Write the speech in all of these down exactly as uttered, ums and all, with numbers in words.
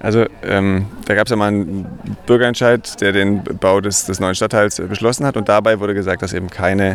Also ähm, da gab es ja mal einen Bürgerentscheid, der den Bau des, des neuen Stadtteils beschlossen hat. Und dabei wurde gesagt, dass eben keine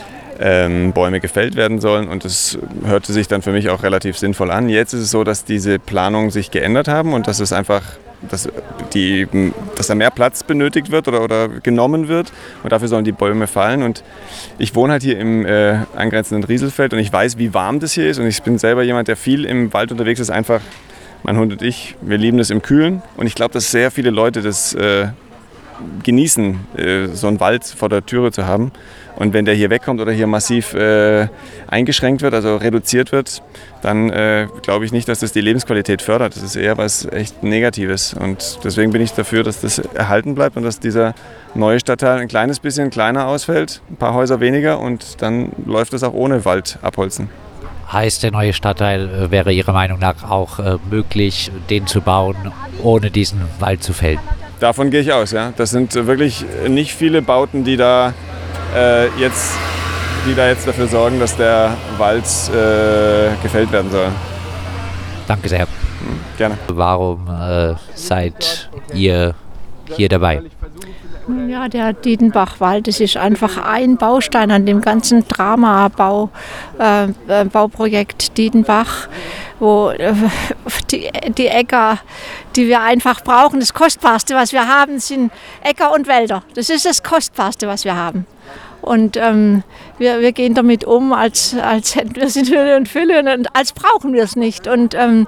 ähm, Bäume gefällt werden sollen. Und das hörte sich dann für mich auch relativ sinnvoll an. Jetzt ist es so, dass diese Planungen sich geändert haben und dass es einfach, dass, die, dass da mehr Platz benötigt wird oder, oder genommen wird. Und dafür sollen die Bäume fallen. Und ich wohne halt hier im äh, angrenzenden Rieselfeld und ich weiß, wie warm das hier ist. Und ich bin selber jemand, der viel im Wald unterwegs ist, einfach. Mein Hund und ich, wir lieben das im Kühlen und ich glaube, dass sehr viele Leute das äh, genießen, äh, so einen Wald vor der Türe zu haben. Und wenn der hier wegkommt oder hier massiv äh, eingeschränkt wird, also reduziert wird, dann äh, glaube ich nicht, dass das die Lebensqualität fördert. Das ist eher was echt Negatives. Und deswegen bin ich dafür, dass das erhalten bleibt und dass dieser neue Stadtteil ein kleines bisschen kleiner ausfällt, ein paar Häuser weniger und dann läuft es auch ohne Wald abholzen. Heißt, der neue Stadtteil äh, wäre Ihrer Meinung nach auch äh, möglich, den zu bauen, ohne diesen Wald zu fällen? Davon gehe ich aus, ja. Das sind wirklich nicht viele Bauten, die da, äh, jetzt, die da jetzt dafür sorgen, dass der Wald äh, gefällt werden soll. Danke sehr. Hm, gerne. Warum äh, seid ihr hier dabei? Ja, der Diedenbachwald, das ist einfach ein Baustein an dem ganzen Drama-Bau, äh, Bauprojekt Diedenbach, wo äh, die, die Äcker, die wir einfach brauchen, das Kostbarste, was wir haben, sind Äcker und Wälder. Das ist das Kostbarste, was wir haben. Und ähm, wir, wir gehen damit um, als, als hätten wir es in Hülle und Fülle und als brauchen wir es nicht. Und ähm,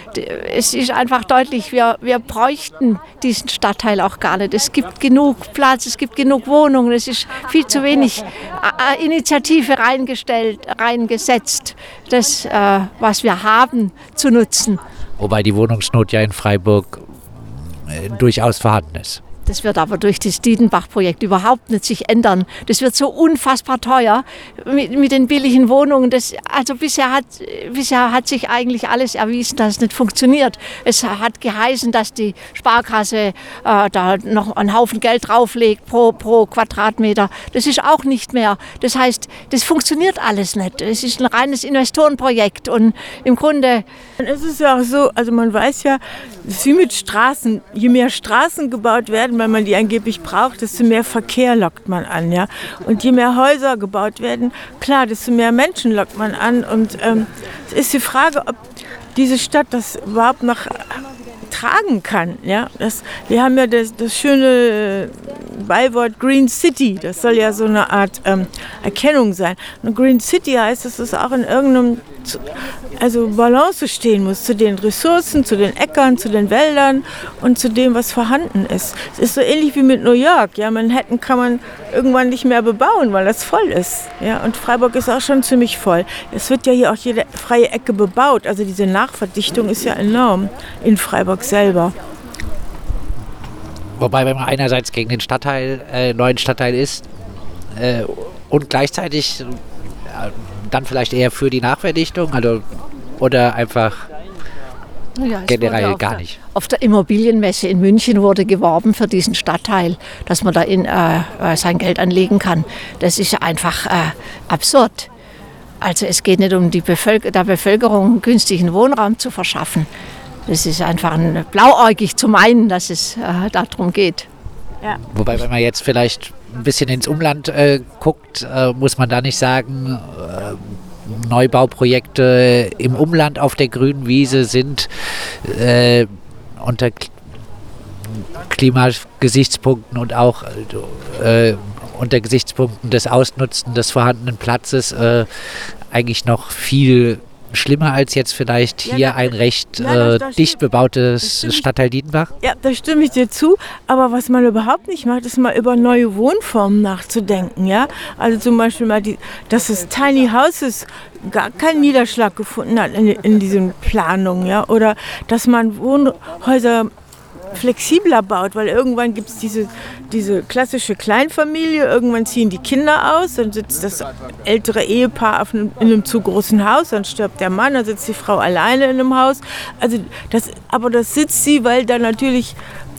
es ist einfach deutlich, wir, wir bräuchten diesen Stadtteil auch gar nicht. Es gibt genug Platz, es gibt genug Wohnungen, es ist viel zu wenig äh, Initiative reingestellt, reingesetzt, das, äh, was wir haben, zu nutzen. Wobei die Wohnungsnot ja in Freiburg äh, durchaus vorhanden ist. Das wird aber durch das Diedenbach-Projekt überhaupt nicht sich ändern. Das wird so unfassbar teuer mit, mit den billigen Wohnungen. Das, also bisher hat, bisher hat sich eigentlich alles erwiesen, dass es nicht funktioniert. Es hat geheißen, dass die Sparkasse äh, da noch einen Haufen Geld drauflegt pro, pro Quadratmeter. Das ist auch nicht mehr. Das heißt, das funktioniert alles nicht. Es ist ein reines Investorenprojekt und im Grunde... Es ist ja auch so, also man weiß ja, es ist wie mit Straßen. Je mehr Straßen gebaut werden, weil man die angeblich braucht, desto mehr Verkehr lockt man an, ja. Und je mehr Häuser gebaut werden, klar, desto mehr Menschen lockt man an. Und ähm, es ist die Frage, ob diese Stadt das überhaupt noch tragen kann, ja. Das, wir haben ja das, das schöne Beiwort Green City. Das soll ja so eine Art ähm, Erkennung sein. Und Green City heißt, dass es auch in irgendeinem also Balance stehen muss zu den Ressourcen, zu den Äckern, zu den Wäldern und zu dem, was vorhanden ist. Es ist so ähnlich wie mit New York. Ja, Manhattan kann man irgendwann nicht mehr bebauen, weil das voll ist. Ja, und Freiburg ist auch schon ziemlich voll. Es wird ja hier auch jede freie Ecke bebaut. Also diese Nachverdichtung ist ja enorm in Freiburg selber. Wobei, wenn man einerseits gegen den Stadtteil, äh, neuen Stadtteil ist äh, und gleichzeitig äh, dann vielleicht eher für die Nachverdichtung, also, oder einfach ja, generell gar der, nicht. Auf der Immobilienmesse in München wurde geworben für diesen Stadtteil, dass man da in, äh, sein Geld anlegen kann. Das ist einfach äh, absurd. Also es geht nicht um die Bevölker- der Bevölkerung günstigen Wohnraum zu verschaffen. Das ist einfach ein blauäugig zu meinen, dass es äh, darum geht. Ja. Wobei, wenn man jetzt vielleicht ein bisschen ins Umland äh, guckt, äh, muss man da nicht sagen, äh, Neubauprojekte im Umland auf der grünen Wiese sind äh, unter K- Klimagesichtspunkten und auch äh, unter Gesichtspunkten des Ausnutzen des vorhandenen Platzes äh, eigentlich noch viel schlimmer als jetzt vielleicht hier ja, ein recht ja, äh, dicht bebautes Stadtteil Diedenbach? Ja, da stimme ich dir zu. Aber was man überhaupt nicht macht, ist mal über neue Wohnformen nachzudenken. Ja? Also zum Beispiel mal, die, dass das Tiny Houses gar keinen Niederschlag gefunden hat in, in diesen Planungen. Ja? Oder dass man Wohnhäuser flexibler baut, weil irgendwann gibt es diese, diese klassische Kleinfamilie, irgendwann ziehen die Kinder aus, dann sitzt das ältere Ehepaar auf einem, in einem zu großen Haus, dann stirbt der Mann, dann sitzt die Frau alleine in einem Haus. Also das, aber das sitzt sie, weil da natürlich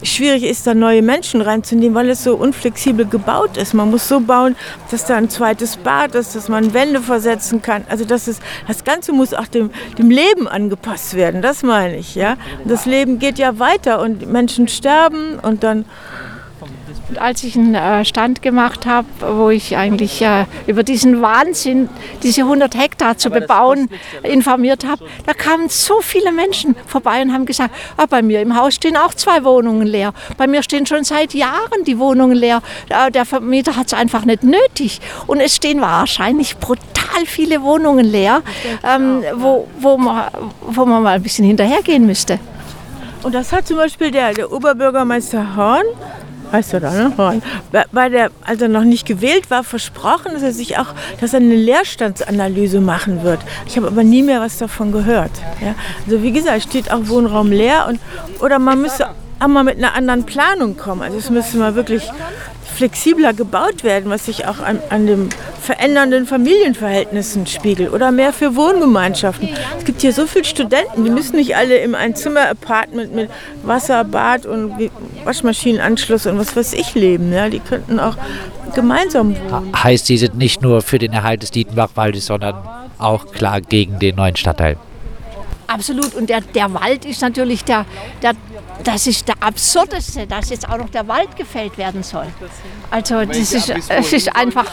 schwierig ist, da neue Menschen reinzunehmen, weil es so unflexibel gebaut ist. Man muss so bauen, dass da ein zweites Bad ist, dass man Wände versetzen kann. Also das, ist, das Ganze muss auch dem, dem Leben angepasst werden, das meine ich. Ja? Das Leben geht ja weiter und Menschen sterben und dann... Und als ich einen äh, Stand gemacht habe, wo ich eigentlich äh, über diesen Wahnsinn, diese hundert Hektar zu bebauen, informiert habe, da kamen so viele Menschen vorbei und haben gesagt, ah, bei mir im Haus stehen auch zwei Wohnungen leer. Bei mir stehen schon seit Jahren die Wohnungen leer. Äh, der Vermieter hat es einfach nicht nötig. Und es stehen wahrscheinlich brutal viele Wohnungen leer, ähm, wo, wo, man, wo man mal ein bisschen hinterhergehen müsste. Und das hat zum Beispiel der, der Oberbürgermeister Horn, heißt er da, ne? Horn, bei der, als er noch nicht gewählt war, versprochen, dass er sich auch, dass er eine Leerstandsanalyse machen wird. Ich habe aber nie mehr was davon gehört. Ja? Also wie gesagt, steht auch Wohnraum leer und oder man müsste auch mal mit einer anderen Planung kommen. Also es müsste mal wirklich flexibler gebaut werden, was sich auch an, an den verändernden Familienverhältnissen spiegelt oder mehr für Wohngemeinschaften. Es gibt hier so viele Studenten, die müssen nicht alle im Einzimmer-Apartment mit Wasser, Bad und Waschmaschinenanschluss und was weiß ich leben. Ja? Die könnten auch gemeinsam wohnen. Heißt, Sie sind nicht nur für den Erhalt des Dietenbachwaldes, sondern auch klar gegen den neuen Stadtteil? Absolut. Und der, der Wald ist natürlich der, der, das ist der absurdeste, dass jetzt auch noch der Wald gefällt werden soll. Also das ist, es ist einfach...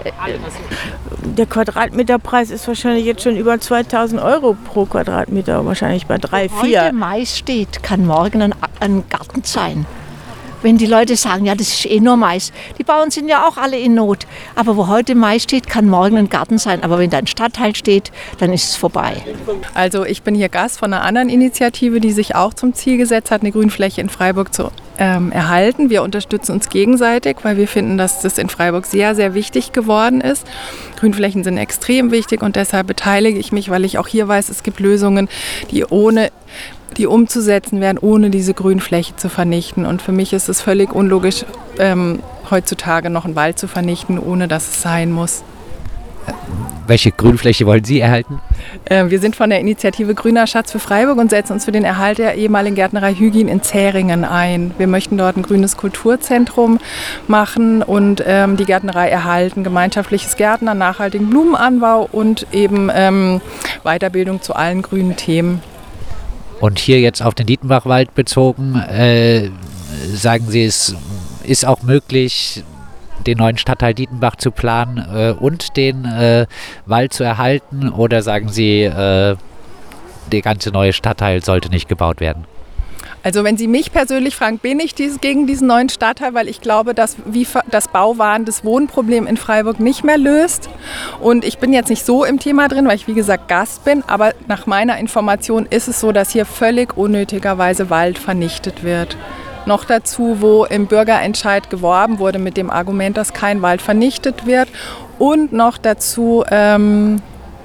Der Quadratmeterpreis ist wahrscheinlich jetzt schon über zweitausend Euro pro Quadratmeter, wahrscheinlich bei drei, vier. Wo heute Mais steht, kann morgen ein, ein Garten sein. Wenn die Leute sagen, ja, das ist eh nur Mais. Die Bauern sind ja auch alle in Not. Aber wo heute Mais steht, kann morgen ein Garten sein. Aber wenn da ein Stadtteil steht, dann ist es vorbei. Also ich bin hier Gast von einer anderen Initiative, die sich auch zum Ziel gesetzt hat, eine Grünfläche in Freiburg zu ähm, erhalten. Wir unterstützen uns gegenseitig, weil wir finden, dass das in Freiburg sehr, sehr wichtig geworden ist. Grünflächen sind extrem wichtig und deshalb beteilige ich mich, weil ich auch hier weiß, es gibt Lösungen, die ohne die umzusetzen wären, ohne diese Grünfläche zu vernichten. Und für mich ist es völlig unlogisch, ähm, heutzutage noch einen Wald zu vernichten, ohne dass es sein muss. Welche Grünfläche wollen Sie erhalten? Äh, wir sind von der Initiative Grüner Schatz für Freiburg und setzen uns für den Erhalt der ehemaligen Gärtnerei Hügin in Zähringen ein. Wir möchten dort ein grünes Kulturzentrum machen und ähm, die Gärtnerei erhalten, gemeinschaftliches Gärtnern, nachhaltigen Blumenanbau und eben ähm, Weiterbildung zu allen grünen Themen. Und hier jetzt auf den Dietenbachwald bezogen, äh, sagen Sie, es ist auch möglich, den neuen Stadtteil Dietenbach zu planen äh, und den äh, Wald zu erhalten? Oder sagen Sie, äh, der ganze neue Stadtteil sollte nicht gebaut werden? Also wenn Sie mich persönlich fragen, bin ich dies, gegen diesen neuen Stadtteil, weil ich glaube, dass wie das Bauwahn das Wohnproblem in Freiburg nicht mehr löst. Und ich bin jetzt nicht so im Thema drin, weil ich wie gesagt Gast bin, aber nach meiner Information ist es so, dass hier völlig unnötigerweise Wald vernichtet wird. Noch dazu, wo im Bürgerentscheid geworben wurde mit dem Argument, dass kein Wald vernichtet wird. Und noch dazu... Ähm,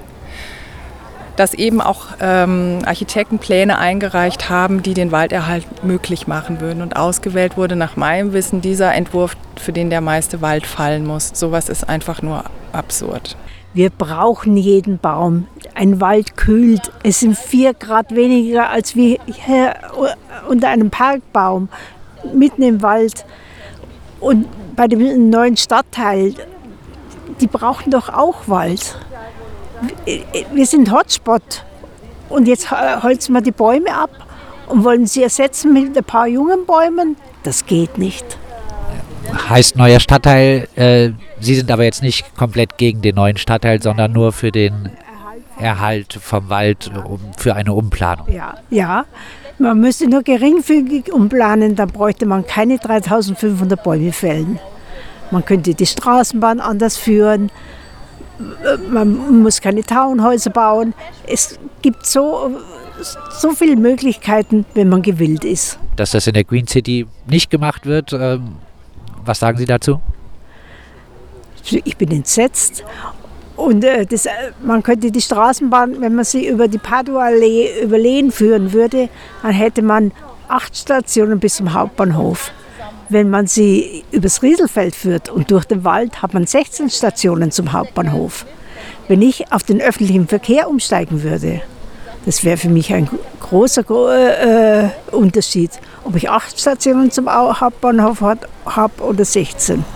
dass eben auch ähm, Architekten Pläne eingereicht haben, die den Walderhalt möglich machen würden. Und ausgewählt wurde nach meinem Wissen dieser Entwurf, für den der meiste Wald fallen muss. Sowas ist einfach nur absurd. Wir brauchen jeden Baum. Ein Wald kühlt. Es sind vier Grad weniger als wie hier unter einem Parkbaum, mitten im Wald. Und bei dem neuen Stadtteil, die brauchen doch auch Wald. Wir sind Hotspot und jetzt holzen wir die Bäume ab und wollen sie ersetzen mit ein paar jungen Bäumen. Das geht nicht. Heißt neuer Stadtteil, äh, Sie sind aber jetzt nicht komplett gegen den neuen Stadtteil, sondern nur für den Erhalt vom Wald, um, für eine Umplanung. Ja, ja, man müsste nur geringfügig umplanen, dann bräuchte man keine dreitausendfünfhundert Bäume fällen. Man könnte die Straßenbahn anders führen. Man muss keine Townhäuser bauen. Es gibt so, so viele Möglichkeiten, wenn man gewillt ist. Dass das in der Green City nicht gemacht wird, ähm, was sagen Sie dazu? Ich bin entsetzt. Und äh, das, man könnte die Straßenbahn, wenn man sie über die Padua-Allee über Lehen führen würde, dann hätte man acht Stationen bis zum Hauptbahnhof. Wenn man sie übers Rieselfeld führt und durch den Wald, hat man sechzehn Stationen zum Hauptbahnhof. Wenn ich auf den öffentlichen Verkehr umsteigen würde, Das wäre für mich ein großer äh, Unterschied, ob ich acht Stationen zum Hauptbahnhof habe oder sechzehn.